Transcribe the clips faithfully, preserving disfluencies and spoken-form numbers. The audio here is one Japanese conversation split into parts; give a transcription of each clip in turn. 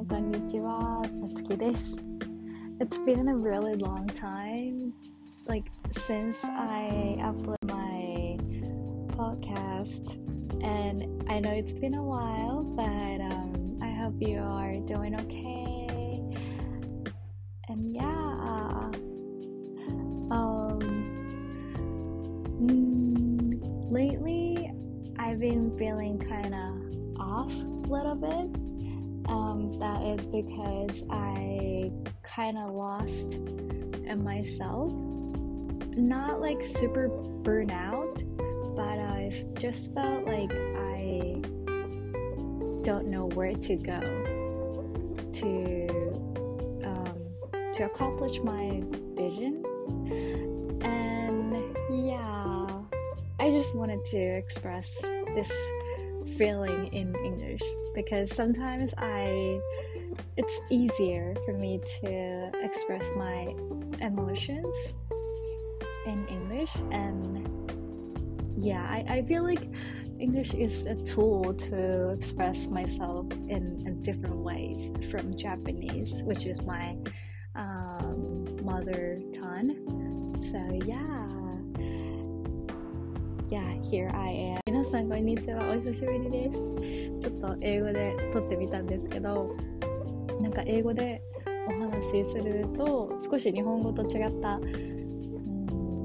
ん、こんにちは。なつきです。It's been a really long time, like since I upload my podcast, and I know it's been a while, but um, I hope you are doing okay. And yeah, um, mm, lately I've been feeling kind of off a little bit.Um, that is because I kind of lost in myself. Not like super burnout, but I've just felt like I don't know where to go to um, to accomplish my vision. And yeah, I just wanted to express this feeling in English because sometimes I it's easier for me to express my emotions in English, and yeah, I, I feel like English is a tool to express myself in, in different ways from Japanese, which is my um, mother tongue. So yeah, yeah, here I am. 皆さんこんにちは、お久しぶりです。ちょっと英語で撮ってみたんですけど、なんか英語でお話しすると少し日本語と違った、うん、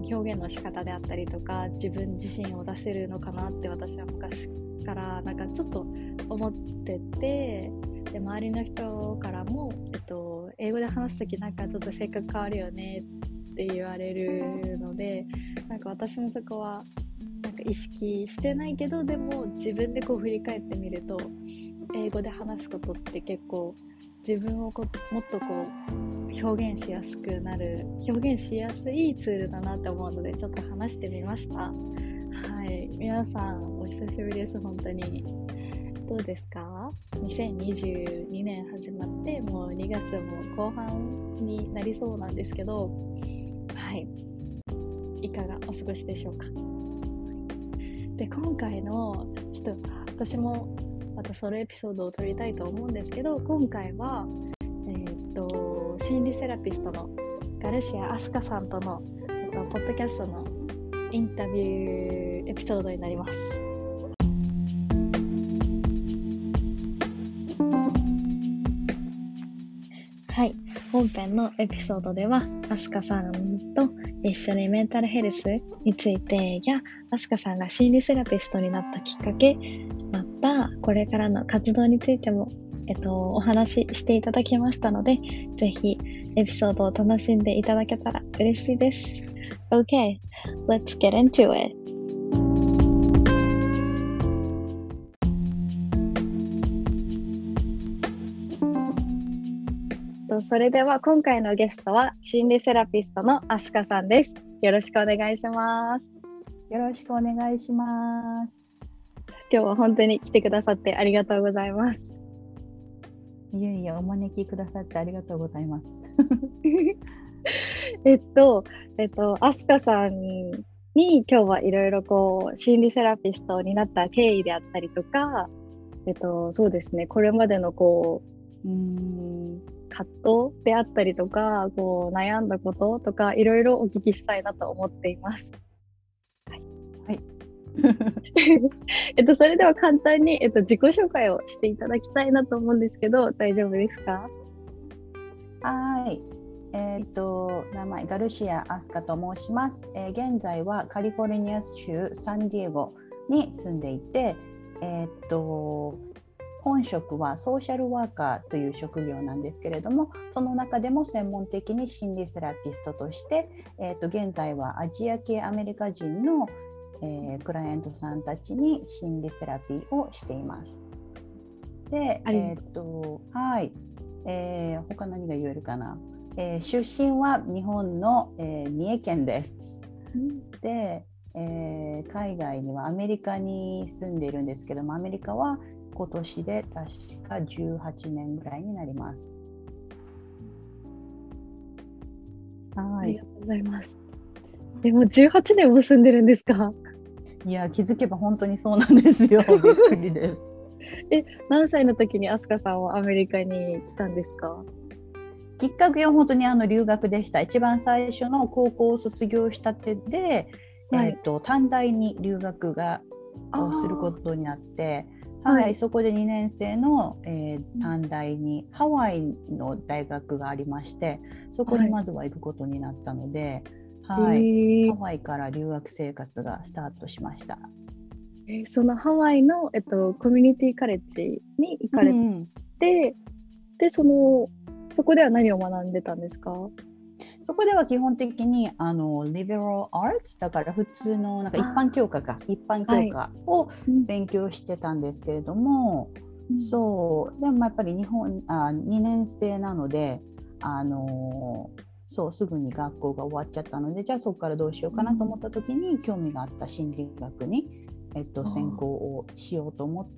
表現の仕方であったりとか、自分自身を出せるのかなって私は昔からなんかちょっと思ってて、で周りの人からも、えっと、英語で話すときなんかちょっと性格変わるよねって言われるので、なんか私もそこはなんか意識してないけど、でも自分でこう振り返ってみると英語で話すことって結構自分をこもっとこう表現しやすくなる表現しやすいツールだなって思うのでちょっと話してみました。はい、皆さんお久しぶりです。本当にどうですか？にせんにじゅうにねん始まってもうにがつも後半になりそうなんですけど、はい、いかがお過ごしでしょうか？で今回のちょっと私もまたソロエピソードを撮りたいと思うんですけど、今回は、えー、っと心理セラピストのガルシア・アスカさんとの、えっと、ポッドキャストのインタビューエピソードになります。はい、本編のエピソードではアスカさんと一緒にメンタルヘルスについてやアスカさんが心理セラピストになったきっかけ、またこれからの活動についても、えっと、お話ししていただきましたので、ぜひエピソードを楽しんでいただけたら嬉しいです。 OK, let's get into it.それでは今回のゲストは心理セラピストのアスカさんです。よろしくお願いします。 よろしくお願いします。 今日は本当に来てくださってありがとうございます。 いえいえ、お招きくださってありがとうございます。 えっと、えっと、アスカさんに今日はいろいろこう心理セラピストになった経緯であったりとか、えっと、そうですね、これまでのこう、うーん葛藤であったりとか、こう悩んだこととかいろいろお聞きしたいなと思っています。はい。はい、えっとそれでは簡単に、えっと、自己紹介をしていただきたいなと思うんですけど、大丈夫ですか？ はい。えー、っと名前ガルシア・アスカと申します。えー、現在はカリフォルニア州サンディエゴに住んでいて、えー、っと本職はソーシャルワーカーという職業なんですけれども、その中でも専門的に心理セラピストとして、えー、と現在はアジア系アメリカ人の、えー、クライアントさんたちに心理セラピーをしています。で、えーとはいえー、他何が言えるかな、えー、出身は日本の、えー、三重県です。うん、で、えー、海外にはアメリカに住んでいるんですけども、アメリカは今年で確かじゅうはちねんぐらいになります。 はい、ありがとうございます。でもじゅうはちねんも住んでるんですか？ いや、気づけば本当にそうなんですよ。びっくりです。 え、何歳の時に飛鳥さんはアメリカに来たんですか？ きっかけは本当にあの留学でした。一番最初の高校を卒業したてで、 はい。 えー、と短大に留学があをするこあ、 とになって、はい、 はい。 そこでにねん生の、えーうん短大にハワイの大学がありまして、そこにはい。 まずは行くことになったので、 えはい、ハー、 ワイから留学生活がスタートしました。 えーそのハワイの、えっと、コミュニティカレッジに行かれうんうん、 て、で、その、そこでは何を学んでたんですか？ そこでは基本的にあのリベラルアーツだから普通のなんか一般あ教科か一般あ、はい。 教科をうん、 勉強してたんですけれども、 うん、 そうでもやっぱり日本あにねん生なので、あのそうすぐに学校が終わっちゃったので、じゃあそこからどうしようかなとうん。 思った時に興味があった心理学に、えっと、 あ専攻をしようと思って、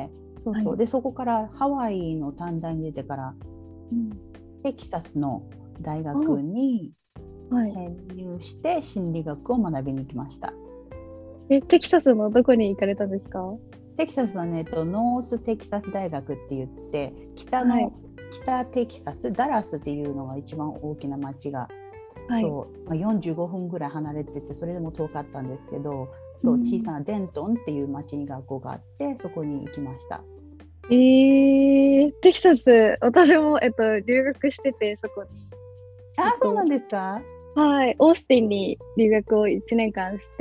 そうあ、はい。 そうでそこからハワイの短大に出てからうん。 テキサスの大あ学にはい。 編入して心理学を学びに来ました。 え、テキサスのどこに行かれたんですか？ テキサスはね、とノーステキサス大学って言って北はい。 の北テキサスダラスっていうのが一番大きな町が、 はい。 そう、まあ、よんじゅうごふんぐらい離れてて、それでも遠かったんですけど、そう小うん。 さなデントンっていう町に学校があって、そこに行きました。 えー、テキサス、私も、えっと、留学してて、そこに。えっああ、そうなと、 んですか。 はい、オースティンに留学をいちねんかんして、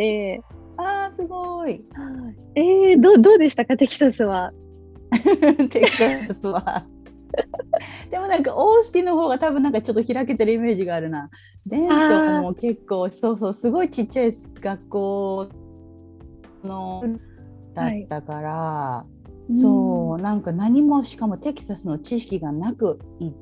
ああ、すごい。 はい。えー、どう、どうでしたか、テキサスは？ テキサスはでもなんかオースティンの方が多分なんかちょっと開けてるイメージがあるな。デントンあも結構そうそうすごいちっちゃい学校のあ、はい。 だったから、 うん。 そうなんか何もしかもテキサスの知識がなく行って、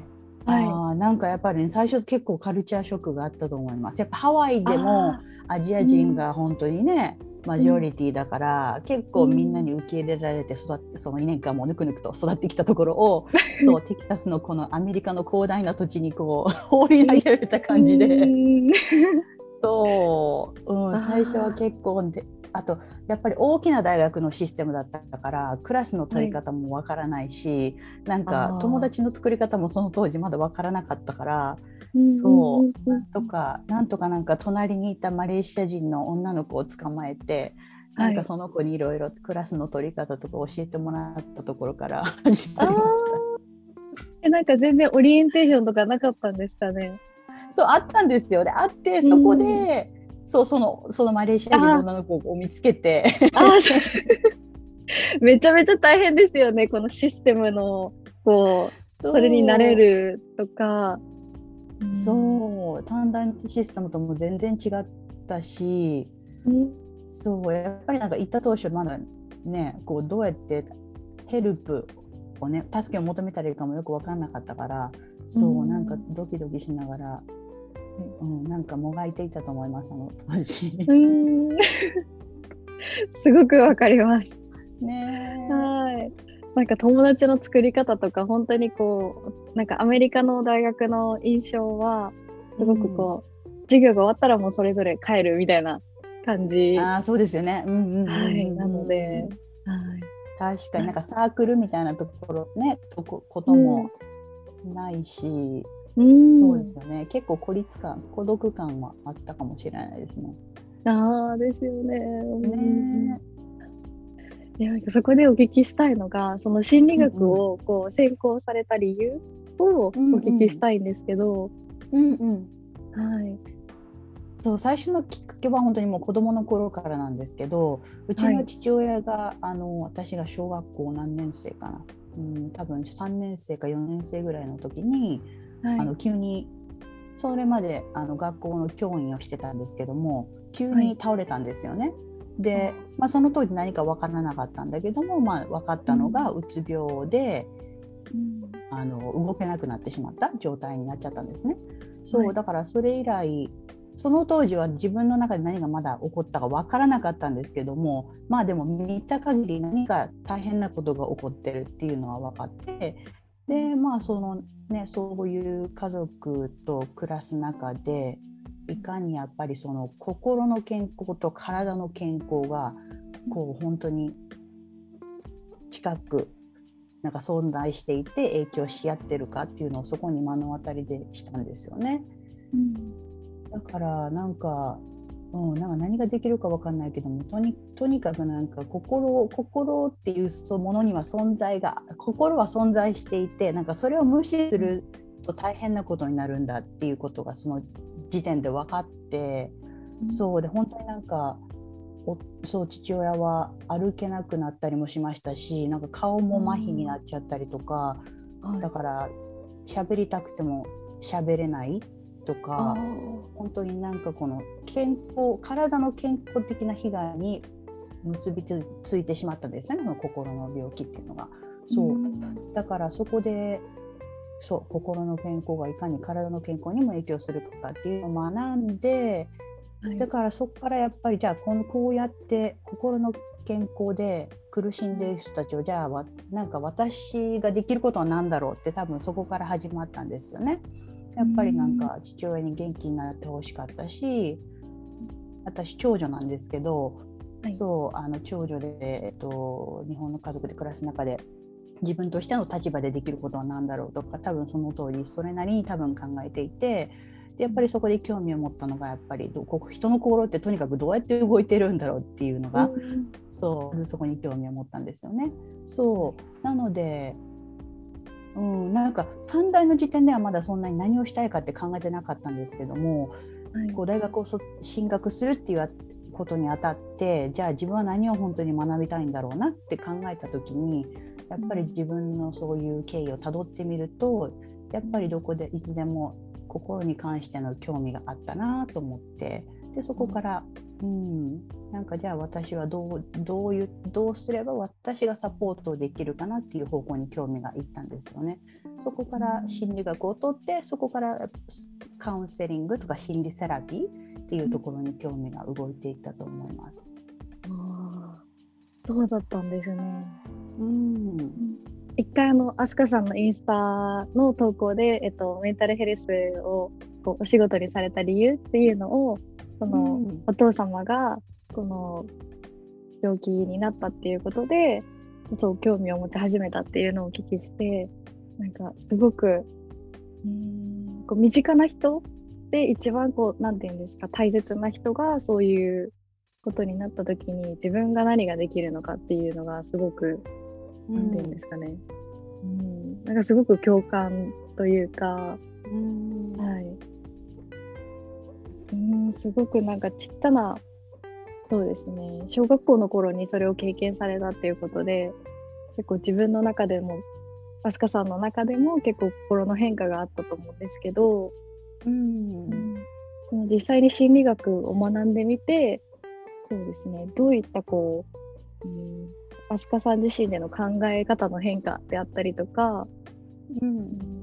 はい。 あーなんかやっぱり、ね、最初結構カルチャーショックがあったと思います。やっぱハワイでもああ、 アジア人うん。 が本当にねマジョうん。 リティだから結う構みんなん。 に受け入れられて育ってそのにねんかんもぬくぬくと育ってきたところをそうテキサスのこのアメリカの広大な土地にこう放り投げられたう感じで、 ん。 そう、うん、最初はあ結構で、あとやっぱり大きな大学のシステムだったからクラスのあ、はい。 取り方もわからないし、なんあか友あ。 達の作り方もその当時まだわからなかったから、 うんうんうそんうん。 うなんとかなんとかなんか隣にいたマレーシア人の女の子を捕まえて、なんかはい。 その子にいろいろクラスの取り方とか教えてもらったところから始あまりました。 あ。え、なんか全然オリエンテーションとかなかったんですかね？ そうあったんですよ。であってうそこん。 でそうそのそのマレーシア人のあ女の子を見つけてあ、ああ、めちゃめちゃ大変ですよね、このシステムの、こう、それに慣れそるとか。ううん。 そう短大システムとも全然違ったし、 うん。 そうやっぱりなんか行った当初まだねこうどうやってヘルプをね助けを求めたらいいかもよく分からなかったから、 うそうなんかん。 ドキドキしながら、うん、なんかもがいていたと思いますあの当う時。 ん。すごくわかります。 ねはい。なんか友達の作り方とか、本当にこう、なんかアメリカの大学の印象は、 え、 すごくうん、 こう、授業が終わったらもうそれぞれ帰るみたいな感じ。 ああそうですよね。うんうんうはい。なんので、 うんうん。 はい。 確かになんなかサークルみたいなところねとここともうん。 ないし、 うそうでん。 すよね。結構孤立感、孤独感はあったかもしれないですね。 ああ、ですよね。うん。 ねえ。 いや、なんかそこでお聞きしたいのが、その心理うんうん。 学をこう専攻された理由をうんお聞きしうん。 たいんですけど、 うんうん。 はい。 そう、最初のきっかけは本当にもう子供の頃からなんですけど、うちはい。 の父親が、あの、私が小学校何年生かな、うん、多分さんねん生かよねん生ぐらいの時に、 はい。 あの、急に、それまであの学校の教員をしてたんですけども、急はい。 に倒れたんですよね。で、 あまあ、その当時何か分からなかったんだけども、まあ、分かったのがうん。 うつ病で、 うん。 あの動けなくなってしまった状態になっちゃったんですね。 はい。 そうだからそれ以来その当時は自分の中で何がまだ起こったか分からなかったんですけども、まあでも見た限り何か大変なことが起こってるっていうのは分かって、でまあそのねそういう家族と暮らす中でいかにやっぱりその心の健康と体の健康がこう本当に近くなんか存在していて影響し合ってるかっていうのをそこに目の当たりでしたんですよね。 うん、 だからなんか、うん、なんか何ができるか分かんないけども、とに、とにかくなんか心、心っていうそのものには存在が、心は存在していて、なんかそれを無視すると大変なことになるんだっていうことがその時点で分かって、 うん、 そうで本当になんかおそう父親は歩けなくなったりもしましたし、なんか顔も麻痺になっちゃったりとか、 はい、 だから喋りたくても喋れないとか、本当になんかこの健康、体の健康的な被害に結びついてしまったんですよね、その心の病気っていうのが。そう、うん、だからそこでそう心の健康がいかに体の健康にも影響するかっていうのを学んで、はい、だからそこからやっぱりじゃあこのこうやって心の健康で苦しんでいる人たちをじゃあなんか私ができることは何だろうって多分そこから始まったんですよね。やっぱりなんか父親に元気になってほしかったし、私長女なんですけど、はい、そうあの長女で、えっと、日本の家族で暮らす中で自分としての立場でできることは何だろうとか、多分その通りそれなりに多分考えていて、でやっぱりそこで興味を持ったのがやっぱりどこ人の心ってとにかくどうやって動いてるんだろうっていうのが、うん、そうまずそこに興味を持ったんですよね。そうなので、うん、なんか短大の時点ではまだそんなに何をしたいかって考えてなかったんですけども、はい、こう大学を卒進学するっていうことにあたって、じゃあ自分は何を本当に学びたいんだろうなって考えた時に、やっぱり自分のそういう経緯をたどってみると、やっぱりどこでいつでも心に関しての興味があったなと思って、でそこから、うん、なんかじゃあ私はどう、どういう、どうすれば私がサポートできるかなっていう方向に興味がいったんですよね。そこから心理学を取って、そこからカウンセリングとか心理セラピーっていうところに興味が動いていったと思います。 ああ、そうだったんですね。 うん、 一回あの飛鳥さんのインスタの投稿で、えっと、メンタルヘルスをこうお仕事にされた理由っていうのを、その、うん、お父様がこの病気になったっていうことでそう興味を持ち始めたっていうのをお聞きして、なんかすごくうーんこう身近な人で一番こうなんていうんですか、大切な人がそういうことになった時に自分が何ができるのかっていうのがすごく、うん、なんていうんですかね、うん、なんかすごく共感というか、うん、はい、うん、すごくなんかちっちゃな、そうですね、小学校の頃にそれを経験されたっていうことで、結構自分の中でも飛鳥さんの中でも結構心の変化があったと思うんですけど、うんうん、実際に心理学を学んでみて、そうですね、どういったこう、うん、飛鳥さん自身での考え方の変化であったりとか、うん、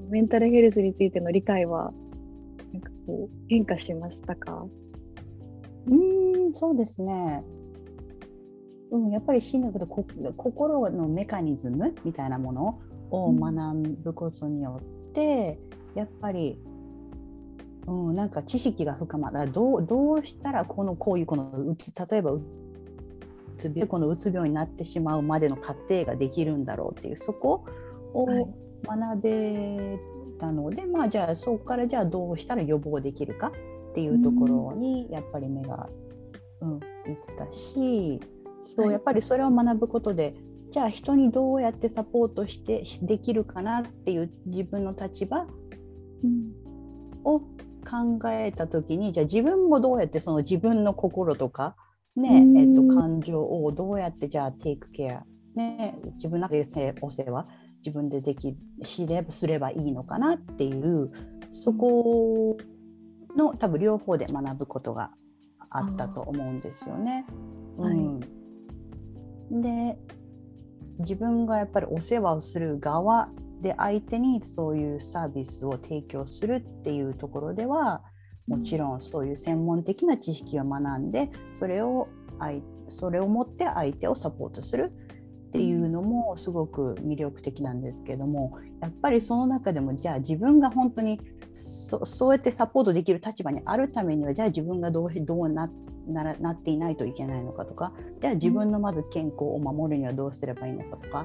メンタルヘルスについての理解はなんかこう変化しましたか？ うーん、そうですね、うん、やっぱり心理学でこ心のメカニズムみたいなものを学ぶことによって、うん、やっぱり、うん、なんか知識が深まる。どう、どうしたらこのこういうこのうつ例えばうつ病このうつ病になってしまうまでの過程ができるんだろうっていう、そこを学べたので、はい、まあじゃあそこからじゃあどうしたら予防できるかっていうところにやっぱり目が、うん、いったし、そうやっぱりそれを学ぶことで、じゃあ人にどうやってサポートしてできるかなっていう自分の立場を考えた時に、じゃあ自分もどうやってその自分の心とか、ねえっと、感情をどうやってじゃあテイクケア、ね、自分の中でお世話自分ででき知ればすればいいのかなっていう、そこの多分両方で学ぶことがあったと思うんですよね。うん、はい、で自分がやっぱりお世話をする側で相手にそういうサービスを提供するっていうところでは、もちろんそういう専門的な知識を学んで、それをそれを持って相手をサポートするっていうのもすごく魅力的なんですけども、やっぱりその中でもじゃあ自分が本当に そ, そうやってサポートできる立場にあるためには、じゃあ自分がどう、どう な, な, なっていないといけないのかとか、じゃあ自分のまず健康を守るにはどうすればいいのかとか、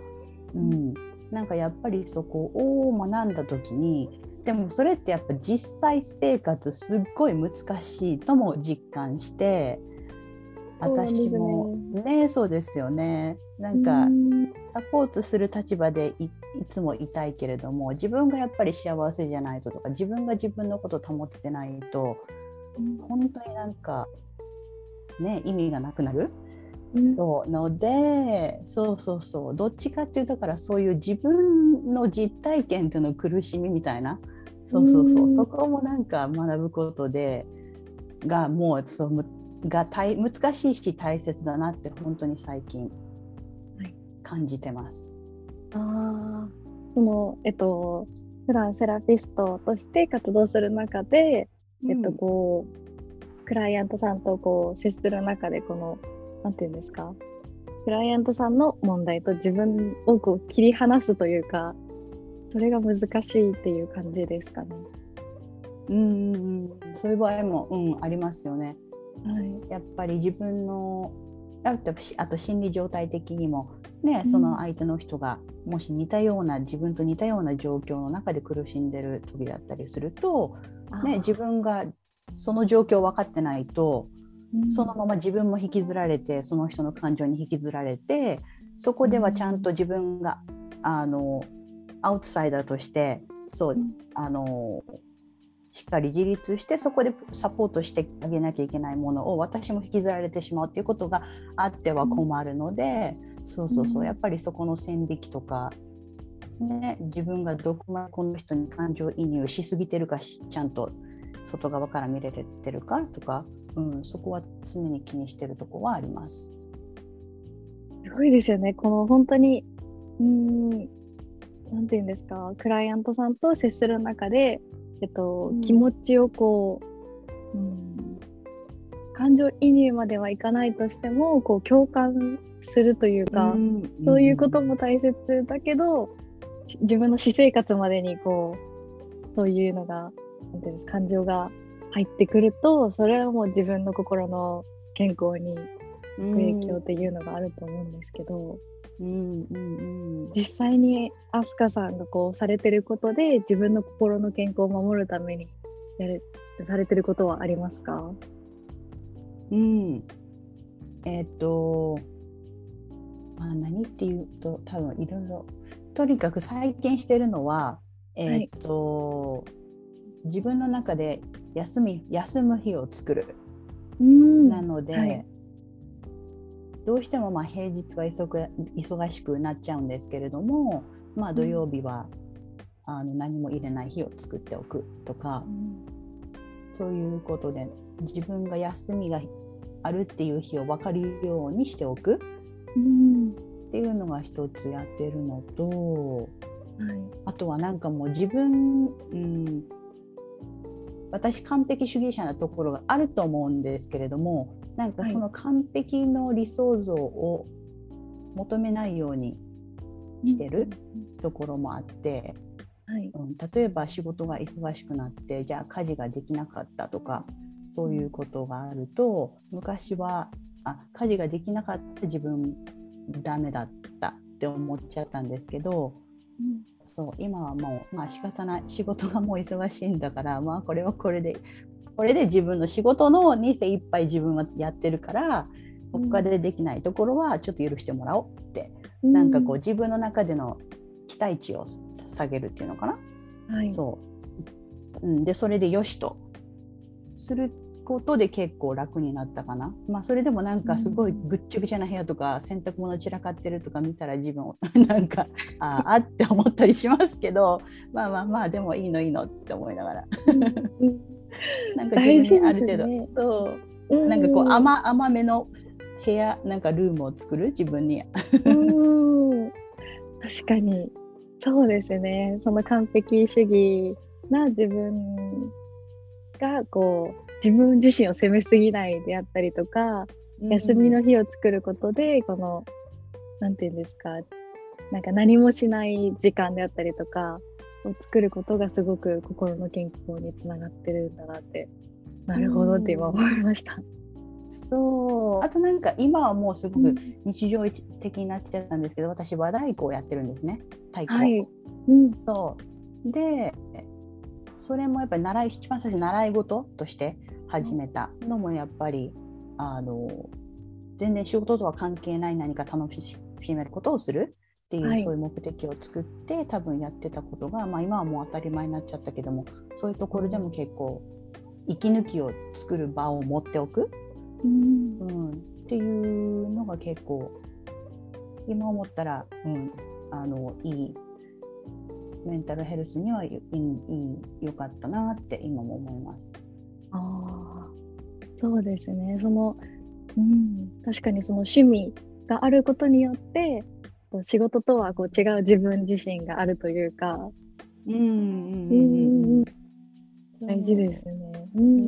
うん、なんかやっぱりそこを学んだ時に、でもそれってやっぱ実際生活すっごい難しいとも実感して、 そうなんです私もね。 ね、そうですよね。なうーんかん。 サポートする立場で い, いつもいたいけれども、自分がやっぱり幸せじゃないととか、自分が自分のことを保ててないと本当になんかね、意味がなくなる。 うん。 そうので、そうそうそう、どっちかっていうと、だからそういう自分の実体験での苦しみみたいな、 うそうそうそう、 ん。 そこもなんか学ぶことでがもうそうむが大難しいし大切だなって本当に最近はい。 感じてます。 ああ、その、えっと、普段セラピストとして活動する中で、えっと、 うん、 こう、クライアントさんとこう接する中で、この、なんていうんですか、クライアントさんの問題と自分をこう切り離すというか、それが難しいっていう感じですかね。 うんうんうん、そういう場合も、うん、ありますよね。 はい。 やっぱり自分のあと、あと心理状態的にも、ね、そのうん。 相手の人がもし似たような自分と似たような状況の中で苦しんでる時だったりすると、ね、自ああ、 分がその状況を分かってないと、 うん。 そのまま自分も引きずられて、その人の感情に引きずられて、そこうではちゃんん。 と自分があのアウトサイダーとしてそううん。 あのしっかり自立して、そこでサポートしてあげなきゃいけないものを私も引きずられてしまうっていうことがあっては困るので、そうそうそう、やっぱりそこの線引きとか、ね、自分がどこまでこの人に感情移入しすぎてるか、ちゃんと外側から見れてるかとか、うん、そこは常に気にしてるところはあります。 すごいですよね。この本当に、うーん、なんていうんですか、クライアントさんと接する中で、えっと、気うん、 持ちをこう、うん、感情移入まではいかないとしても、こう共感するというか、 うん、 そういうことうん、 も大切だけど、自分の私生活までにこう、そういうのが、なんていうんですか、感情が入ってくると、それはもう自分の心の健康にう影響ん、 っていうのがあると思うんですけど、 うん、うん、 実際にアスカさんがこうされてることで自分の心の健康を守るためにやれされてることはありますか？ うん、えっと、まあ、何っていうと多分いろいろとにかく再建してるのは、えっはい。 と自分の中で休み休む日を作る。 うーん。 なのはい。 でどうしてもまあ平日は忙忙しくなっちゃうんですけれども、まあ、土うん。 曜日はあの何も入れない日を作っておくとか、 うん。 そういうことで自分が休みがあるっていう日を分かるようにしておくうん。 っていうのが一つやってるのと、 はい。 あとはなんかもう自分、うん、私完璧主義者なところがあると思うんですけれども、なんかはい。 その完璧の理想像を求めないようにうん。 してるところもあって、 はい。 うん、例えば仕事が忙しくなってじゃあ家事ができなかったとか、そういうことがあると、昔はあ家事ができなかった自分ダメだったって思っちゃったんですけど、 うん。 そう今はもう、まあ、仕方ない、仕事がもう忙しいんだから、まあ、これはこれでこれで自分の仕事のに精一杯自分はやってるから、 うん。 他でできないところはちょっと許してもらおうって、 うなんかこうん。 自分の中での期待値を下げるっていうのかな。 はい。 そう、うん、でそれでよしとすることで結構楽になったかな。まあそれでもなんうかすごいん。 ぐっちゃぐちゃな部屋とか洗濯物散らかってるとか見たら自分をなんかああって思ったりしますけど、まあまあまあでもいいのいいのって思いながらうん。うん。 なんか自分大事でにある程度、 すね。 そう、なんかこううん。 甘甘めの部屋、なんかルームを作る自分に。 うん。確かに、そうですね。その完璧主義な自分が、こう、自分自身を責めすぎないであったりとか、 うん、 休みの日を作ることで、この、なんていうんですか、なんか何もしない時間であったりとかを作ることがすごく心の健康につながってるんだなって、なうるほどって今思ん、 いました。 そうあとなんか今はもうすごくうん日常的になっちゃったんですけど、私和太鼓をやってるんですね。太鼓、 はい。うん。 そうでそれもやっぱり習い一番最初習い事として始めたのもやっぱりあの全然仕事とは関係ない何か楽しめることをするっていう、 はい。 そういう目的を作って多分やってたことが、まあ、今はもう当たり前になっちゃったけども、そういうところでも結構息抜きを作る場を持っておく、 うんうん、っていうのが結構今思ったら、うん、あのいいメンタルヘルスにはいい、いい良かったなって今も思います。 ああ、そうですね。その、うん、確かにその趣味があることによって仕事とはこう違う自分自身があるというか、 うんうんうんうんうん、 大事ですね。うんうんうん、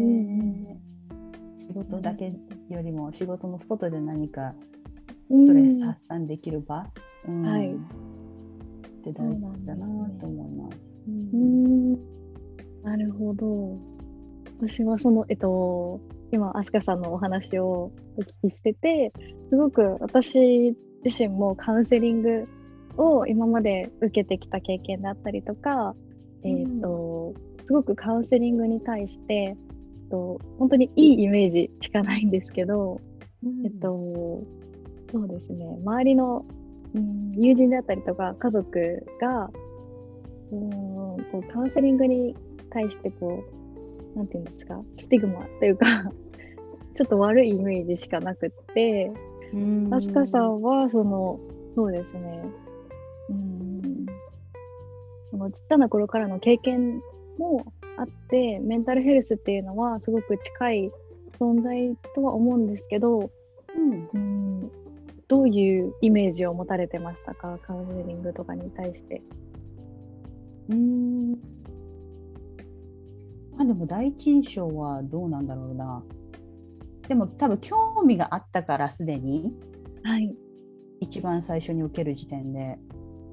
ね、仕事だけよりも仕事の外で何かうストレスん、 発散できる場、うん、 はい、 って大事だなと思います。 うーん、なるほど。私はその、えっと、今、飛鳥さんのお話をお聞きしてて、すごく私自身もカウンセリングを今まで受けてきた経験だったりとか、えっと、すごくカウンセリングに対して、えっと、本当にいいイメージしかないんですけど、 うん、 えっと、そうですね、周りの、うん、友人であったりとか家族が、うん、こうカウンセリングに対してこう、なんていうんですか、スティグマというかちょっと悪いイメージしかなくって、アスカさんはその、そうですね、うん、そのちっちゃな頃からの経験もあって、メンタルヘルスっていうのはすごく近い存在とは思うんですけど、うん、どういうイメージを持たれてましたか、カウンセリングとかに対して。 うーん、まあでも第一印象はどうなんだろうな。でも多分興味があったからすでに、 はい、 一番最初に受ける時点で、 うん、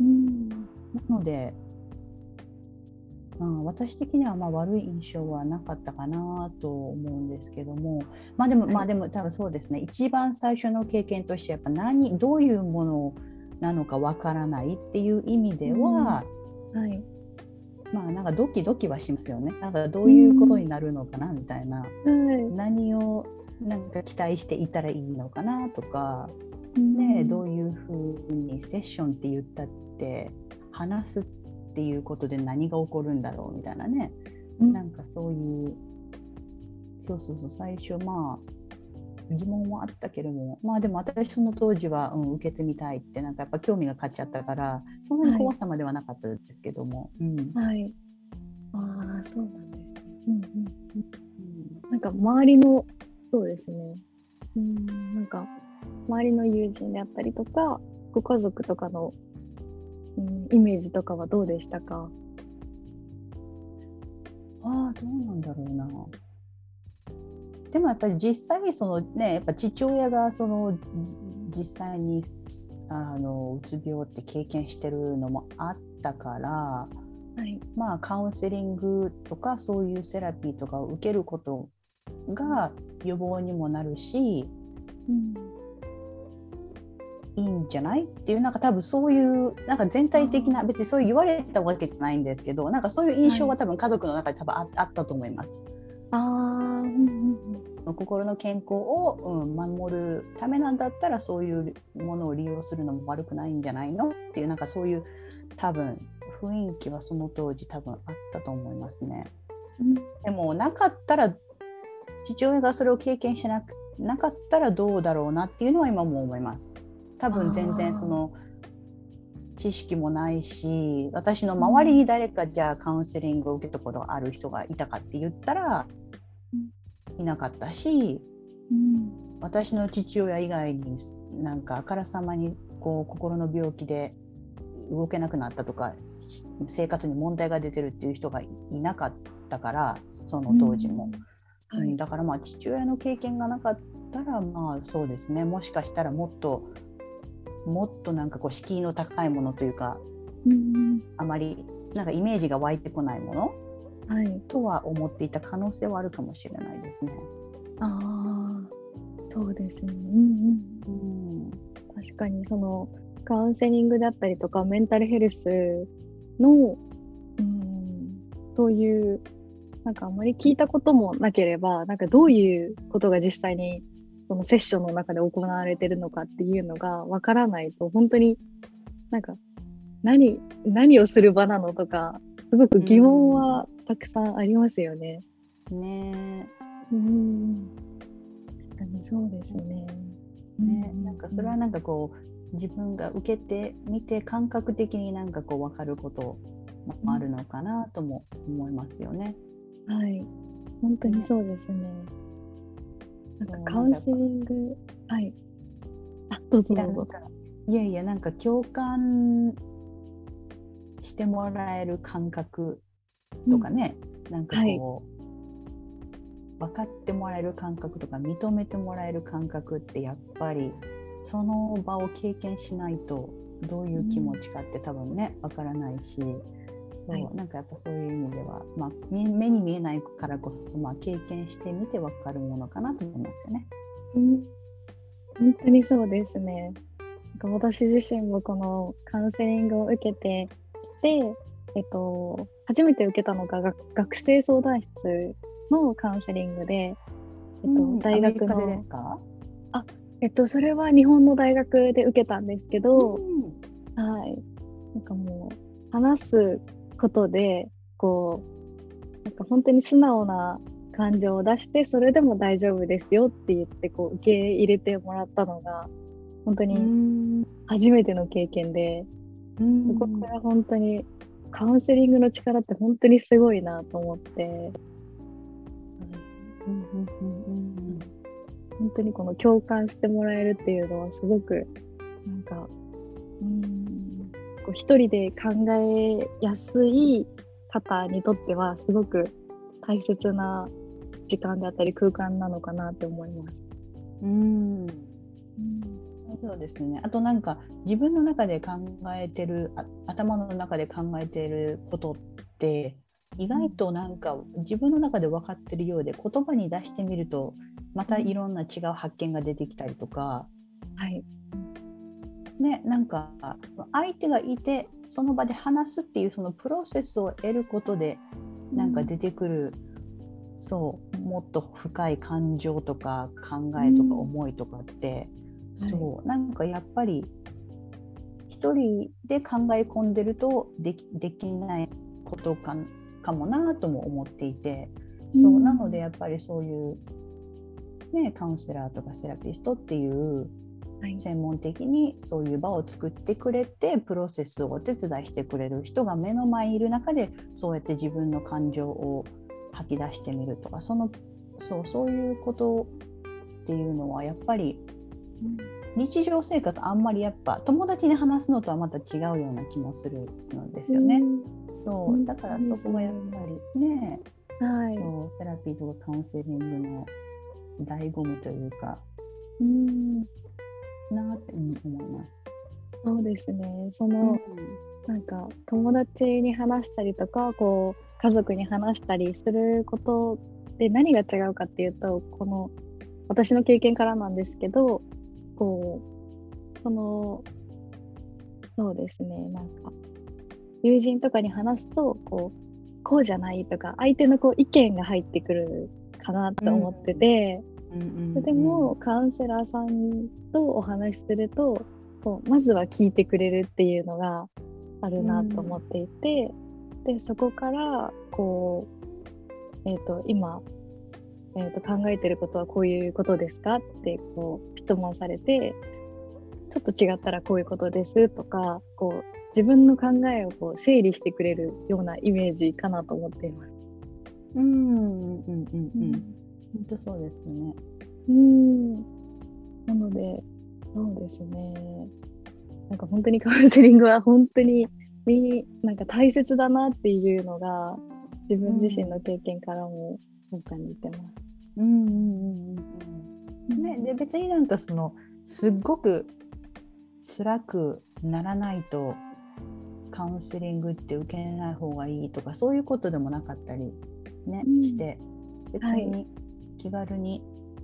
なので、まあ、私的にはまあ悪い印象はなかったかなと思うんですけども、まあでも、はい、まあでも多分そうですね、一番最初の経験としてやっぱ何どういうものなのかわからないっていう意味では、 うん、はい、 まあなんかドキドキはしますよね。なんかどういうことになるのかなみたいな、うん、何をなんか期待していたらいいのかなとか、うん、ね、どういうふうにセッションって言ったって話すっていうことで何が起こるんだろうみたいなね、うん、なんかそういうそうそうそう最初まあ疑問はあったけれども、まあでも私その当時は、うん、受けてみたいってなんかやっぱ興味が勝っちゃったからそんなに怖さまではなかったですけども、 はい、うんはい、ああそうなんですね、うんうんうん、なんか周りのそうですね、うんなんか周りの友人であったりとかご家族とかの、うん、イメージとかはどうでしたか？ ああどうなんだろうな。でもやっぱり実際にそのねやっぱ父親がその実際にあのうつ病って経験してるのもあったから、はい、まあカウンセリングとかそういうセラピーとかを受けることが予防にもなるし、うん、いいんじゃないっていうなんか多分そういうなんか全体的な別にそういう言われたわけじゃないんですけどなんかそういう印象は多分家族の中で多分 あ, あったと思います。あうんうんうん、心の健康を、うん、守るためなんだったらそういうものを利用するのも悪くないんじゃないのっていうなんかそういう多分雰囲気はその当時多分あったと思いますね、うん、でもなかったら父親がそれを経験して な, なかったらどうだろうなっていうのは今も思います。多分全然その知識もないし私の周りに誰かじゃあカウンセリングを受けたことがある人がいたかって言ったらいなかったし、うん、私の父親以外になんかあからさまにこう心の病気で動けなくなったとか生活に問題が出てるっていう人がいなかったからその当時も、うんはい、だからまあ父親の経験がなかったらまあそうですねもしかしたらもっともっとなんかこう敷居の高いものというか、うん、あまりなんかイメージが湧いてこないもの、はい、とは思っていた可能性はあるかもしれないですね。 ああ、 そうですね。うんうん。 うん確かにそのカウンセリングであったりとかメンタルヘルスの、うん、そういうなんかあまり聞いたこともなければ、なんかどういうことが実際にそのセッションの中で行われてるのかっていうのがわからないと、本当になんか何何をする場なのとか、すごく疑問はたくさんありますよね。 ねうん、確かにそうですね。 ね、なんかそれはなんかこう自分が受けてみて感覚的になんかこう分かることもあるのかなとも思いますよね。 はい、本当にそうですね。なんかカウンセリング、はい。あ、どうぞどうぞ。 いやいや、なんか共感してもらえる感覚とかね、うん、なんかこう、はい、分かってもらえる感覚とか認めてもらえる感覚ってやっぱりその場を経験しないとどういう気持ちかって多分ね分からないし、そう、はい、なんかやっぱそういう意味では、まあ、目に見えないからこそ、まあ、経験してみて分かるものかなと思いますよね。 うん、本当にそうですね。なんか私自身もこのカウンセリングを受けてきて、えっと、初めて受けたのが学、学生相談室のカウンセリングで、えっと、うん、大学の、 アメリカでですか？ あ、えっと、それは日本の大学で受けたんですけど、うん、はい。なんかもう、話すことで、こう、なんか本当に素直な感情を出して、それでも大丈夫ですよって言って、こう、受け入れてもらったのが、本当に初めての経験で、そこから本当にカウンセリングの力って本当にすごいなと思って、本当にこの共感してもらえるっていうのはすごくなんかうーんこう一人で考えやすい方にとってはすごく大切な時間であったり空間なのかなって思います。 うーん、うん、そうですね。あとなんか自分の中で考えてる頭の中で考えてることって意外となんか自分の中で分かってるようで言葉に出してみるとまたいろんな違う発見が出てきたりとか、 はいね、なんか相手がいてその場で話すっていうそのプロセスを得ることでなんか出てくる、うん、そうもっと深い感情とか考えとか思いとかって、うん、そう、はい、なんかやっぱり一人で考え込んでるとでき、できないことか、かもなとも思っていて、そう、うん、なのでやっぱりそういう、ね、カウンセラーとかセラピストっていう専門的にそういう場を作ってくれてプロセスをお手伝いしてくれる人が目の前にいる中でそうやって自分の感情を吐き出してみるとか、そのそう、そういうことっていうのはやっぱり、うん、日常生活あんまりやっぱ友達に話すのとはまた違うような気もするんですよね、うん、そうだからそこはやっぱりね、はい、そうセラピーとかカウンセリングの醍醐味というか、うんなって思います。 そうですね。その、うん、なんか友達に話したりとか、こう家族に話したりすることで何が違うかっていうと、この私の経験からなんですけど、こうそのそうですね、なんか友人とかに話すとこうこうじゃないとか相手のこう意見が入ってくるかなと思ってて、うんうんうん、でもカウンセラーさんとお話しするとこうまずは聞いてくれるっていうのがあるなと思っていて、うん、でそこからこう、えーと、今、えーと、考えてることはこういうことですかってこう質問されて、ちょっと違ったらこういうことですとか、こう自分の考えをこう整理してくれるようなイメージかなと思っています。 うんうんうんうん、うん、本当そうですね。 うん、なのでそうですね。なんか本当にカウンセリングは本当になんか大切だなっていうのが自分自身の経験からも感じてます。 うんうんうんうん。ね、で別になんかそのすっごく辛くならないとカウンセリングって受けない方がいいとかそういうことでもなかったりね、うん、して別に気軽に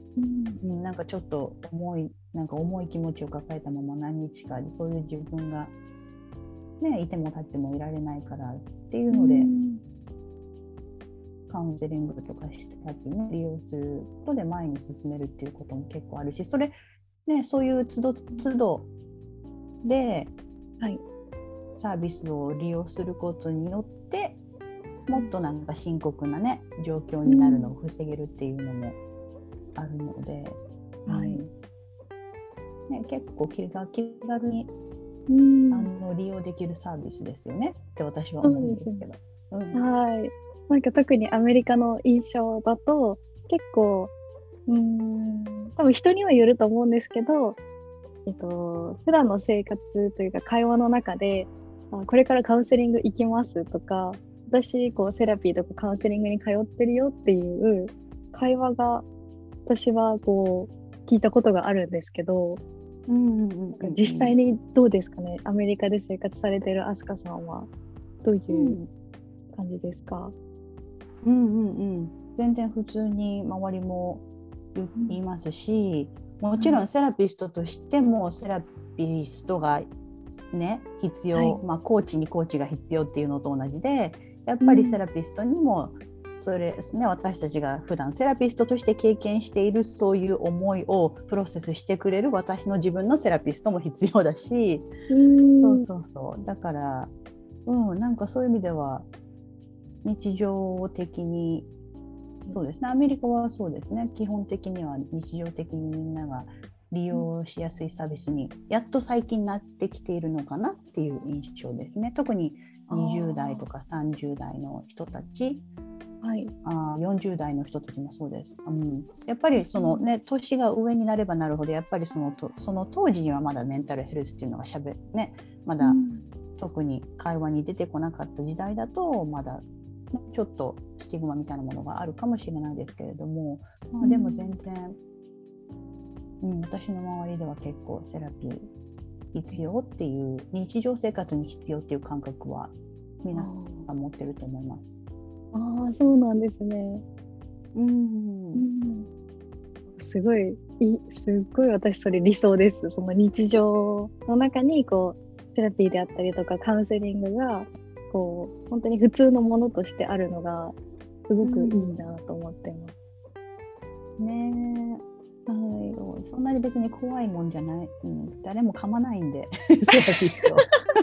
うん、なんかちょっと重いなんか重い気持ちを抱えたまま何日かでそういう自分が、ね、いても立ってもいられないからっていうので、うん、カウンセリングとかしたりね利用することで前に進めるっていうことも結構あるし、それねそういう都度都度で、はい、サービスを利用することによってもっとなんか深刻なね状況になるのを防げるっていうのもあるので、うん、はいね、結構気が気軽に、うん、あの利用できるサービスですよねって私は思うんですけど、 うん、はい、なんか特にアメリカの印象だと結構うーん多分人にはよると思うんですけど、えっと、普段の生活というか会話の中であこれからカウンセリング行きますとか私こうセラピーとかカウンセリングに通ってるよっていう会話が私はこう聞いたことがあるんですけど、うんうんうんうん、実際にどうですかね、アメリカで生活されている飛鳥さんはどういう感じですか？ うんうんうん、全然普通に周りも言いますし、もちろんセラピストとしてもセラピストがね必要、はい、まあ、コーチにコーチが必要っていうのと同じでやっぱりセラピストにもそれですね、私たちが普段セラピストとして経験しているそういう思いをプロセスしてくれる私の自分のセラピストも必要だし、うんそうそうそうだから、うん、なんかそういう意味では日常的にそうですね、アメリカはそうですね、基本的には日常的にみんなが利用しやすいサービスにやっと最近なってきているのかなっていう印象ですね。特ににじゅう代とかさんじゅう代の人たち、はい、あよんじゅう代の人たちもそうです、うん、やっぱりその、ね、年が上になればなるほどやっぱりその、とその当時にはまだメンタルヘルスっていうのがしゃべ、ね、まだ特に会話に出てこなかった時代だとまだちょっとスティグマみたいなものがあるかもしれないですけれども、まあ、でも全然、うんうん、私の周りでは結構セラピー必要っていう日常生活に必要っていう感覚は皆さん持ってると思います。 ああ、そうなんですね。うん、うん、すごいいすごい私それ理想です。その日常の中にこうセラピーであったりとかカウンセリングがこう本当に普通のものとしてあるのがすごくいいなと思ってます。 うん、ねえ、はい、そうそんなに別に怖いもんじゃない、うん、誰も噛まないんでセラピスト。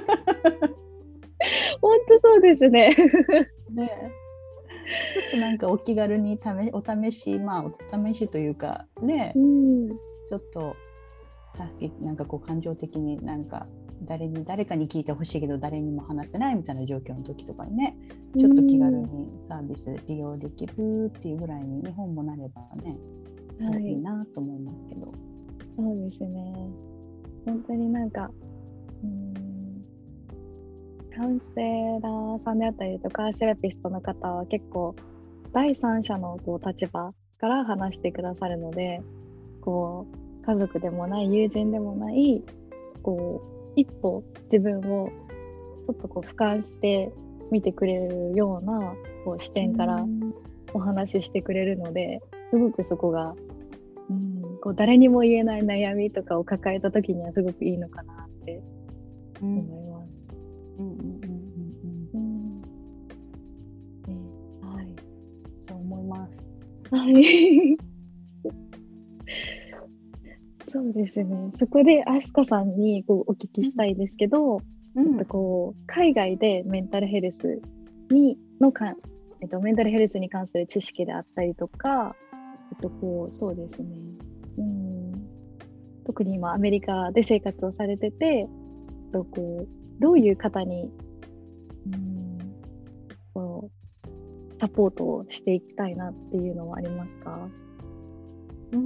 本当そうですね。 ねちょっとなんかお気軽に試お試し、まあお試しというかね、うん、ちょっと助けなんかこう感情的になんか誰に誰かに聞いてほしいけど誰にも話せないみたいな状況の時とかにね、ちょっと気軽にサービス利用できるっていうぐらいに日本もなればね、すごいいいなと思いますけど、はい、 そうですね。本当になんかうんカウンセラーさんであったりとかセラピストの方は結構第三者のこう立場から話してくださるので、こう家族でもない友人でもないこう一歩自分をちょっとこう俯瞰して見てくれるようなこう視点からお話ししてくれるので、すごくそこが、うん、こう誰にも言えない悩みとかを抱えた時にはすごくいいのかなって思います。うんうんうんうんうん、はい、 そう思います。 はい。そうですね。そこで飛鳥さんにこうお聞きしたいですけど、うん、えっと、こう海外でメンタルヘルスにのか、えっと、メンタルヘルスに関する知識であったりとか、えっと、こうそうですね。うん、特に今アメリカで生活をされてて、えっと、こうどういう方に、うん、こうサポートをしていきたいなっていうのはありますか？ うん、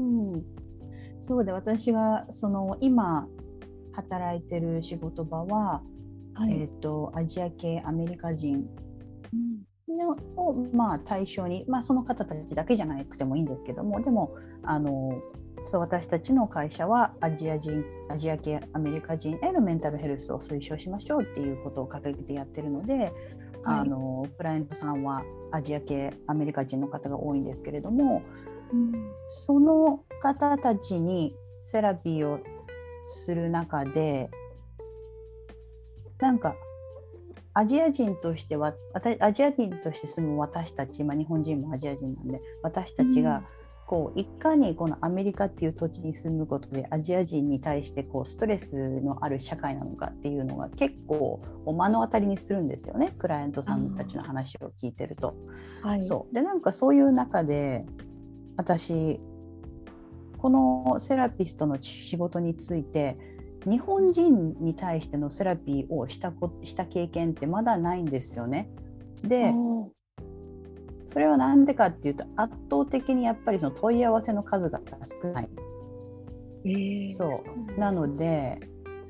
そうで私がその今働いてる仕事場は、はい、えーと、アジア系アメリカ人のを、まあ、対象に、まあ、その方たちだけじゃなくてもいいんですけども、でもあのそう私たちの会社はアジア人アジア系アメリカ人へのメンタルヘルスを推奨しましょうっていうことを掲げてやってるので、はい、あのクライアントさんはアジア系アメリカ人の方が多いんですけれども、 うん、 その方たちにセラピーをする中で、なんかアジア人としては、アジア人として住む私たち、まあ、日本人もアジア人なんで、私たちがこういかにこのアメリカっていう土地に住むことでアジア人に対してこうストレスのある社会なのかっていうのが結構目の当たりにするんですよね、クライアントさんたちの話を聞いてると。 はい、 そうで、なんかそういう中で私このセラピストの仕事について日本人に対してのセラピーをしたこした経験ってまだないんですよね。で、それはなんでかっていうと、圧倒的にやっぱりその問い合わせの数が少ない。 えー、 そうなので、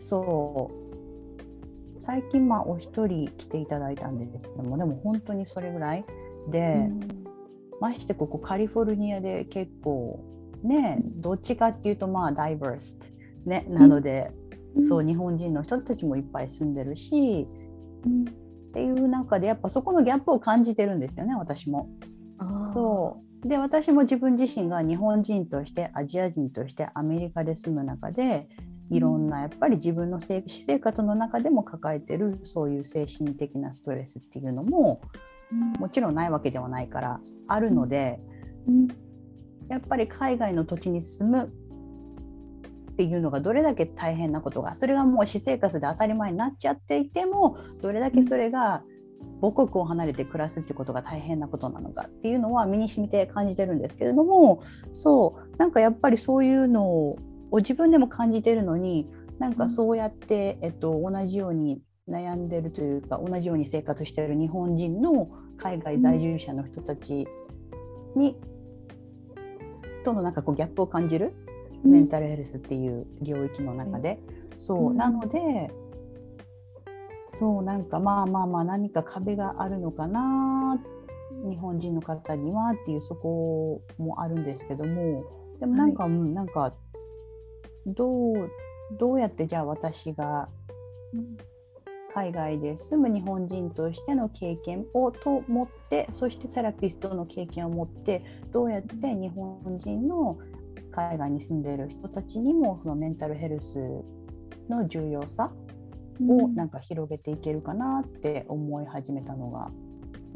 そう最近まあお一人来ていただいたんですけども、でも本当にそれぐらいで、うん、ましてここカリフォルニアで結構ね、どっちかっていうとまあダイバースね、なので、うん、そう日本人の人たちもいっぱい住んでるし、うん、っていう中でやっぱそこのギャップを感じてるんですよね、私も。そうで、私も自分自身が日本人としてアジア人としてアメリカで住む中でいろんなやっぱり自分の私生活の中でも抱えてるそういう精神的なストレスっていうのももちろんないわけではないからあるので、やっぱり海外の土地に住むっていうのがどれだけ大変なことが、それがもう私生活で当たり前になっちゃっていてもどれだけそれが母国を離れて暮らすっていうことが大変なことなのかっていうのは身に染みて感じてるんですけれども、そうなんかやっぱりそういうのを自分でも感じてるのに、なんかそうやって、えっと、同じように悩んでるというか同じように生活している日本人の海外在住者の人たちに、うん、とのなんかこうギャップを感じる、うん、メンタルヘルスっていう領域の中で、うん、そうなので、そうなんかまあまあまあ何か壁があるのかな日本人の方にはっていう、そこもあるんですけども、でもなんか、はい、なんかどうどうやってじゃあ私が海外で住む日本人としての経験をと持って、そしてセラピストの経験を持ってどうやって日本人の海外に住んでいる人たちにもそのメンタルヘルスの重要さをなんか広げていけるかなって思い始めたのが、うん、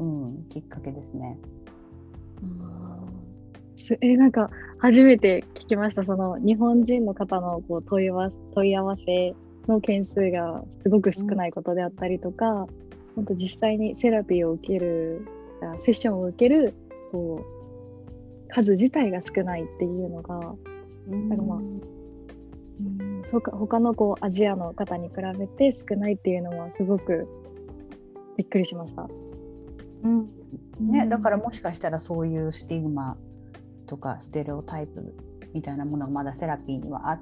きっかけですね。 えなんか初めて聞きました。その日本人の方のこう問い合わせ、問い合わせの件数がすごく少ないことであったりとか、うん、本当実際にセラピーを受けるセッションを受けるこう数自体が少ないっていうのが、うん、なんかまあうん、そうか、他のこうアジアの方に比べて少ないっていうのはすごくびっくりしました。 うんね、だからもしかしたらそういうスティグマとかステレオタイプみたいなものがまだセラピーにはあって、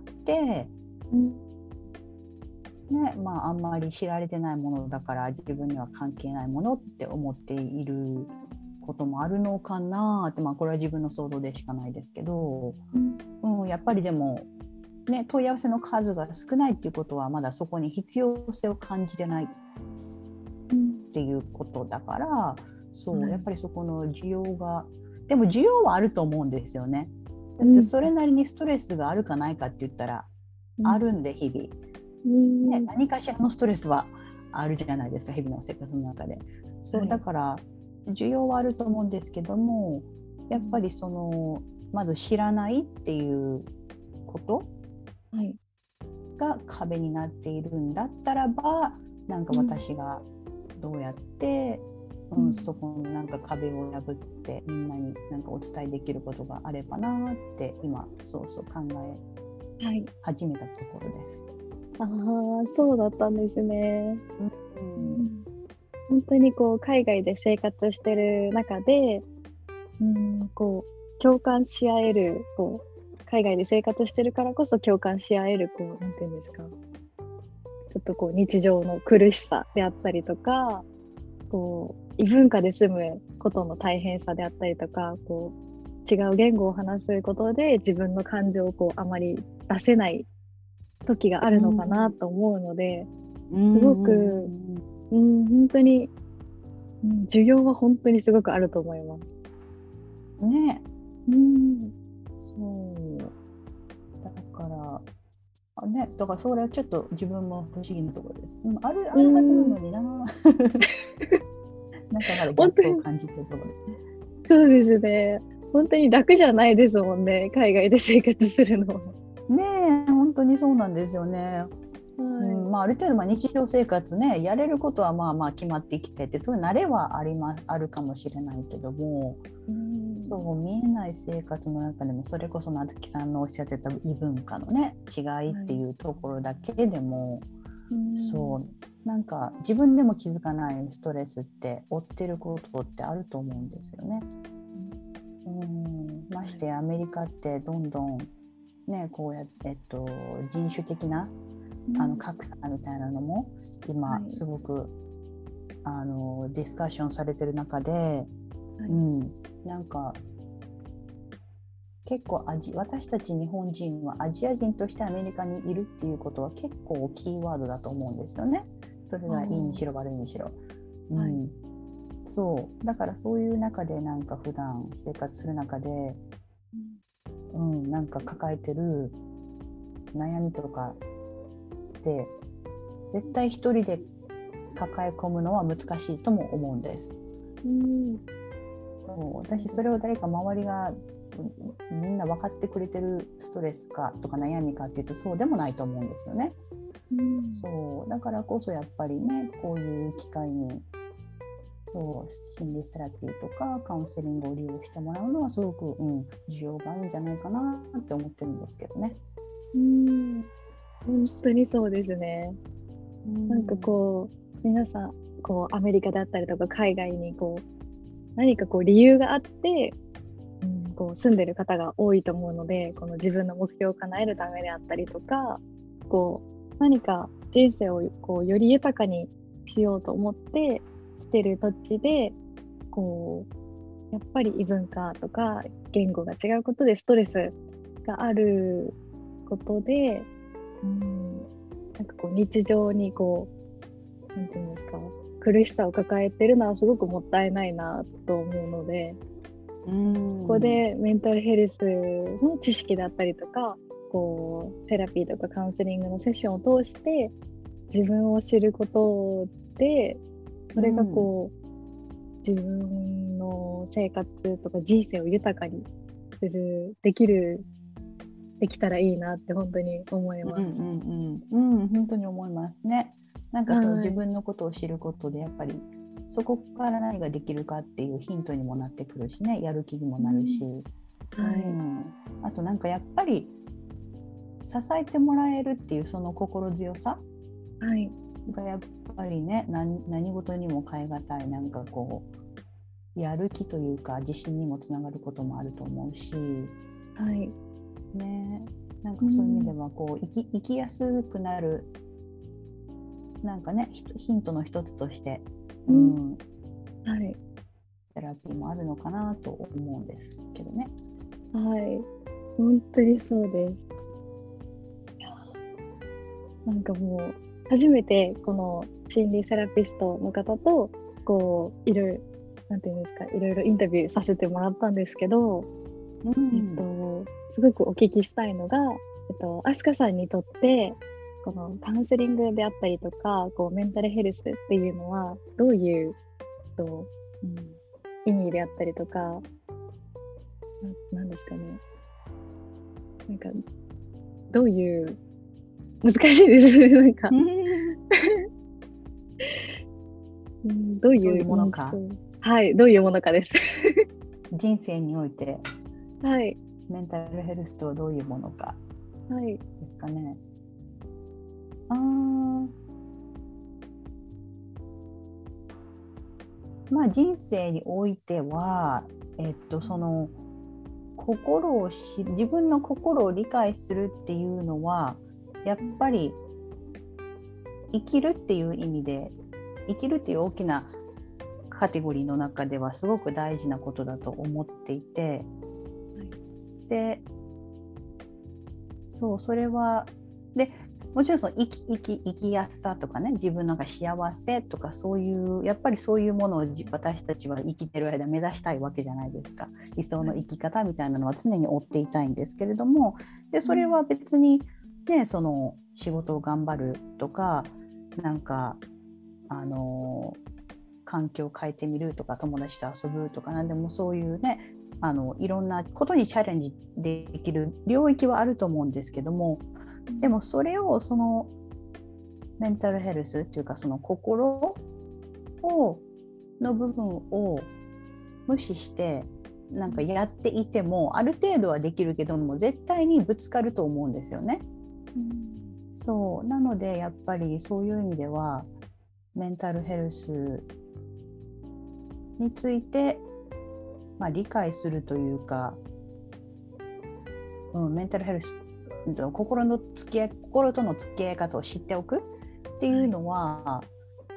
うんね、まあ、あんまり知られてないものだから自分には関係ないものって思っていることもあるのかなって、まあ、これは自分の想像でしかないですけど、うんうん、やっぱりでもね、問い合わせの数が少ないっていうことはまだそこに必要性を感じてないっていうことだから、そう、うん、やっぱりそこの需要が、でも需要はあると思うんですよね。だってそれなりにストレスがあるかないかって言ったら、うん、あるんで日々、うんね、何かしらのストレスはあるじゃないですか、日々の生活の中で。そうだから需要はあると思うんですけども、やっぱりそのまず知らないっていうことが壁になっているんだったらば、なんか私がどうやって、うんうん、そこのなんか壁を破ってみんなになんかお伝えできることがあればなって今そうそう考え始めたところです。 はい、ああ、そうだったんですね。うん、本当にこう海外で生活してる中で、うん、こう共感し合えるこう海外で生活してるからこそ共感し合えるこうなんていうんですか、ちょっとこう日常の苦しさであったりとか、こう異文化で住むことの大変さであったりとか、こう違う言語を話すことで自分の感情をこうあまり出せない時があるのかなと思うので、うん、すごく、うん、本当に、うん、需要は本当にすごくあると思います。 ね、 うん、 そうだからあね、だからそれはちょっと自分も不思議なところです。うん、ある、あうるはずなのん、 にな。なんかまだギャ本当にップを感じてるところです。 そうですね。本当に楽じゃないですもんね、海外で生活するのは。 ねえ、本当にそうなんですよね。うはん、まあ、ある程度まあ日常生活ね、やれることはまあまあ決まってきてて、そういう慣れはありま、あるかもしれないけども、 い。うん、 そう見えない生活の中でも、それこそ夏木さんのおっしゃってた異文化のね違いってはい。 いうところだけでも、 うん、 そうなんか自分でも気づかないストレスって負ってることってあると思うんですよね。うん、ましてアメリカってどんどんねこうやって、えっと、人種的なあの格差みたいなのも今はいすごくあのディスカッションされてる中で、 はいうん、なんか結構アジ私たち日本人はアジア人としてアメリカにいるっていうことは結構キーワードだと思うんですよね。それがいいにしろ悪いにしろ。うはい。 ん、そうだからそういう中でなんか普段生活する中で、うん、なんか抱えてる悩みとかって絶対一人で抱え込むのは難しいとも思うんです。 うん、 そう私それを誰か周りがみんな分かってくれてるストレスかとか悩みかっていうとそうでもないと思うんですよね。 うん、 そうだからこそやっぱりねこういう機会にそう心理セラピーとかカウンセリングを利用してもらうのはすごく、うん、需要があるんじゃないかなって思ってるんですけどね。 うん、本当にそうですね。 うなんかんこう、皆さん、こう、アメリカだったりとか、海外にこう、何かこう、理由があって、うん、こう、住んでる方が多いと思うので、この自分の目標を叶えるためであったりとか、こう、何か人生をこう、より豊かにしようと思って来てる土地で、こう、やっぱり異文化とか言語が違うことでストレスがあることで、うん、なんかこう日常にこう、なんていうんですか、苦しさを抱えてるのはすごくもったいないなと思うので、 うんここでメンタルヘルスの知識だったりとか、こうセラピーとかカウンセリングのセッションを通して自分を知ることで、それがこう、自分の生活とか人生を豊かにする、できる、できたらいいなって本当に思います。 うんうんうんうん、本当に思いますね。なんかそうはい。 自分のことを知ることでやっぱりそこから何ができるかっていうヒントにもなってくるしね、やる気にもなるし、 うん、はい。 うん、あとなんかやっぱり支えてもらえるっていうその心強さはい。 がやっぱりね、何、何事にも代え難いなんかこうやる気というか自信にもつながることもあると思うし、 はい。 ね、なんかそういう意味ではこう生き、生きやすくなるなんかねヒントの一つとして、 ううんん、はい。 セラピーもあるのかなと思うんですけどね。 はい。本当にそうです。なんかもう、初めてこの心理セラピストの方と、こう、いろいろ、なんていうんですか、いろいろインタビューさせてもらったんですけど、 うえっん、 と、すごくお聞きしたいのが、えっと、アスカさんにとって、このカウンセリングであったりとか、こうメンタルヘルスっていうのは、どういう、と、うん、意味であったりとか、な、なんですかね。なんか、どういう、難しいですね、なんか、うん、どうどういういうものか、 印象、はい、どういうものかです。 人生においてはい、 メンタルヘルスとはどういうものかはい、 ですかね。あーまあ人生においては、えっと、その心をし自分の心を理解するっていうのはやっぱり生きるっていう意味で生きるっていう大きなカテゴリーの中ではすごく大事なことだと思っていて、でそうそれはでもちろんその生き生き生きやすさとかね、自分なんか幸せとか、そういうやっぱりそういうものを私たちは生きてる間目指したいわけじゃないですか。理想の生き方みたいなのは常に追っていたいんですけれども、でそれは別にね、その仕事を頑張るとか、なんかあの環境を変えてみるとか、友達と遊ぶとか、なんでもそういうね、あのいろんなことにチャレンジできる領域はあると思うんですけども、でもそれをそのメンタルヘルスっていうか、その心をの部分を無視してなんかやっていても、ある程度はできるけども絶対にぶつかると思うんですよね。うん、そうなのでやっぱりそういう意味ではメンタルヘルスについて、まあ、理解するというか、うん、メンタルヘルス、心の付き合い、心との付き合い方を知っておくっていうのは、はい、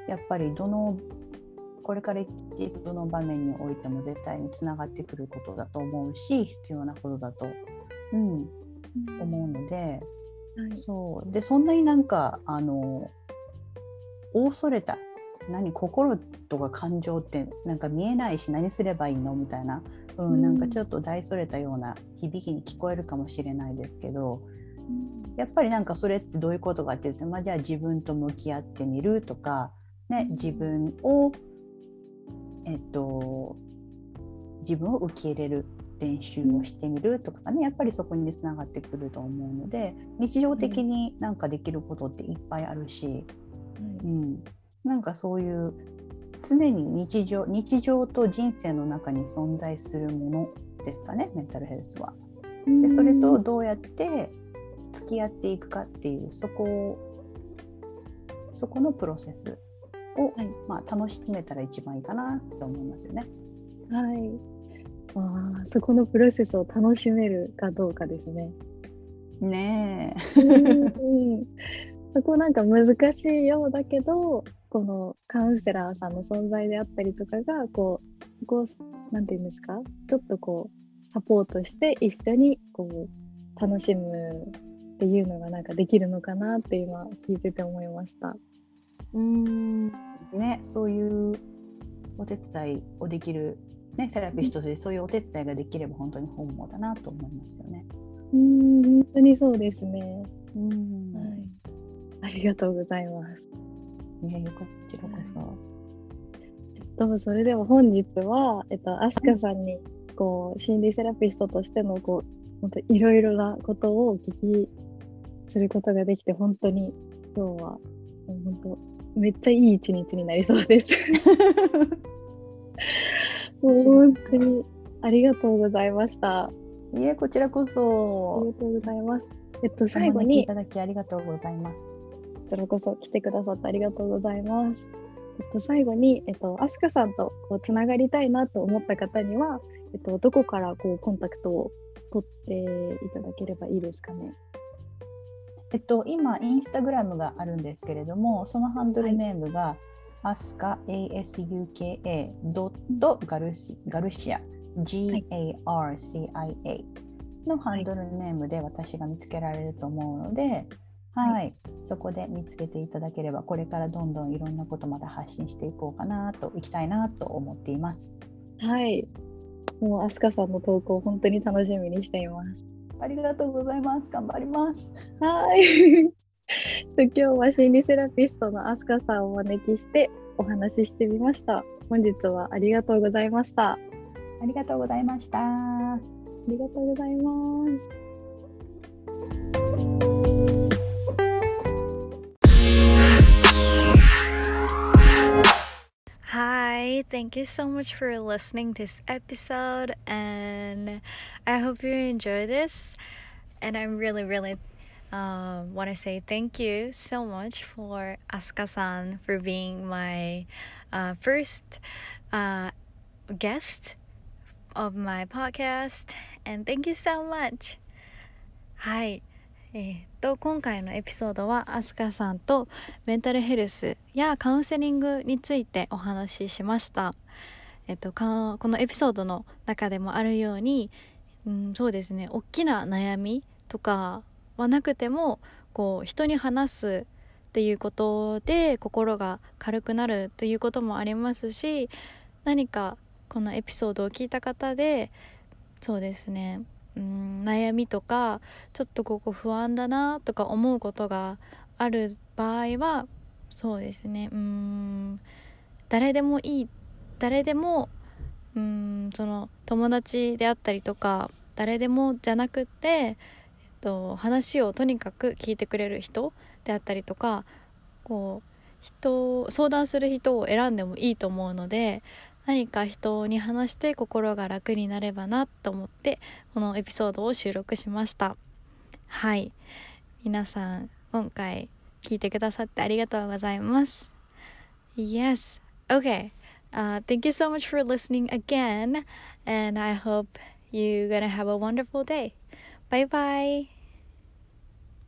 やっぱりどのこれから生きていくどの場面においても絶対につながってくることだと思うし、必要なことだと、うん、思うので、はい、そうで、そんなになんかあの大それた何心とか感情ってなんか見えないし何すればいいのみたいな、うん、なんかちょっと大それたような響きに聞こえるかもしれないですけど、うん、やっぱりなんかそれってどういうことかって言って、まあ、じゃあ自分と向き合ってみるとか、ね、自分を、えっと、自分を受け入れる練習をしてみるとかね、やっぱりそこにつながってくると思うので、日常的になんかできることっていっぱいあるし、うん、なんかそういう常に日常、日常と人生の中に存在するものですかね、メンタルヘルスは。でそれとどうやって付き合っていくかっていう、そこをそこのプロセスを、はい、まあ、楽しめたら一番いいかなと思いますよね。 はい、あ、そこのプロセスを楽しめるかどうかですね。 ねえうんそこなんか難しいようだけど、このカウンセラーさんの存在であったりとかがこう、こうなんていうんですか、ちょっとこうサポートして一緒にこう楽しむっていうのがなんかできるのかなって今聞いてて思いました。 うーんね、そういうお手伝いをできる、ね、セラピストでそういうお手伝いができれば本当に本望だなと思いますよね。 うーん本当にそうですね。 うん、はい、 ありがとうございます。 いや、こちらこそ。 えっと、それでは本日は、えっと、アスカさんにこう心理セラピストとしてのこう本当いろいろなことをお聞きすることができて、本当に今日はもう本当めっちゃいい一日になりそうですもう本当にありがとうございました。 いえ、こちらこそ。 ありがとうございます。えっと、最後にいただきありがとうございます。 こちらこそ来てくださってありがとうございます。えっと、最後に、えっと、アスカさんとこうつながりたいなと思った方には、えっと、どこからこうコンタクトを取っていただければいいですかね。 えっと、今インスタグラムがあるんですけれども、そのハンドルネームが、はい、アスカ エーエスユーケーエー ドットガルシア ジーエーアールシーアイエー のハンドルネームで私が見つけられると思うので、はいはい、そこで見つけていただければ、これからどんどんいろんなことまた発信していこうかなと、いきたいなと思っています。 はい、もうアスカさんの投稿本当に楽しみにしています。 ありがとうございます。頑張ります。 はい今日は心理セラピストのアスカさんをお招きしてお話ししてみました。本日はありがとうございました。 ありがとうございました。ありがとうございます。Hi, thank you so much for listening to this episode, and I hope you enjoy this. And I'm really, really um, want to say thank you so much for Asuka-san for being my uh, first uh, guest of my podcast, and thank you so much. はい。えー、と今回のエピソードはアスカさんとメンタルヘルスやカウンセリングについてお話ししました。えっと、かこのエピソードの中でもあるように、うん、そうですね、大きな悩みとかはなくてもこう人に話すっていうことで心が軽くなるということもありますし、何かこのエピソードを聞いた方でそうですね、うーん悩みとかちょっとここ不安だなとか思うことがある場合は、そうですね、うーん誰でもいい誰でもうーんその友達であったりとか誰でもじゃなくって、えっと、話をとにかく聞いてくれる人であったりとか、こう人相談する人を選んでもいいと思うので、何か人に話して心が楽になればなと思ってこのエピソードを収録しました。はい、皆さん今回聞いてくださってありがとうございます。 Yes, okay、uh, thank you so much for listening again, and I hope you're gonna have a wonderful day. Bye bye.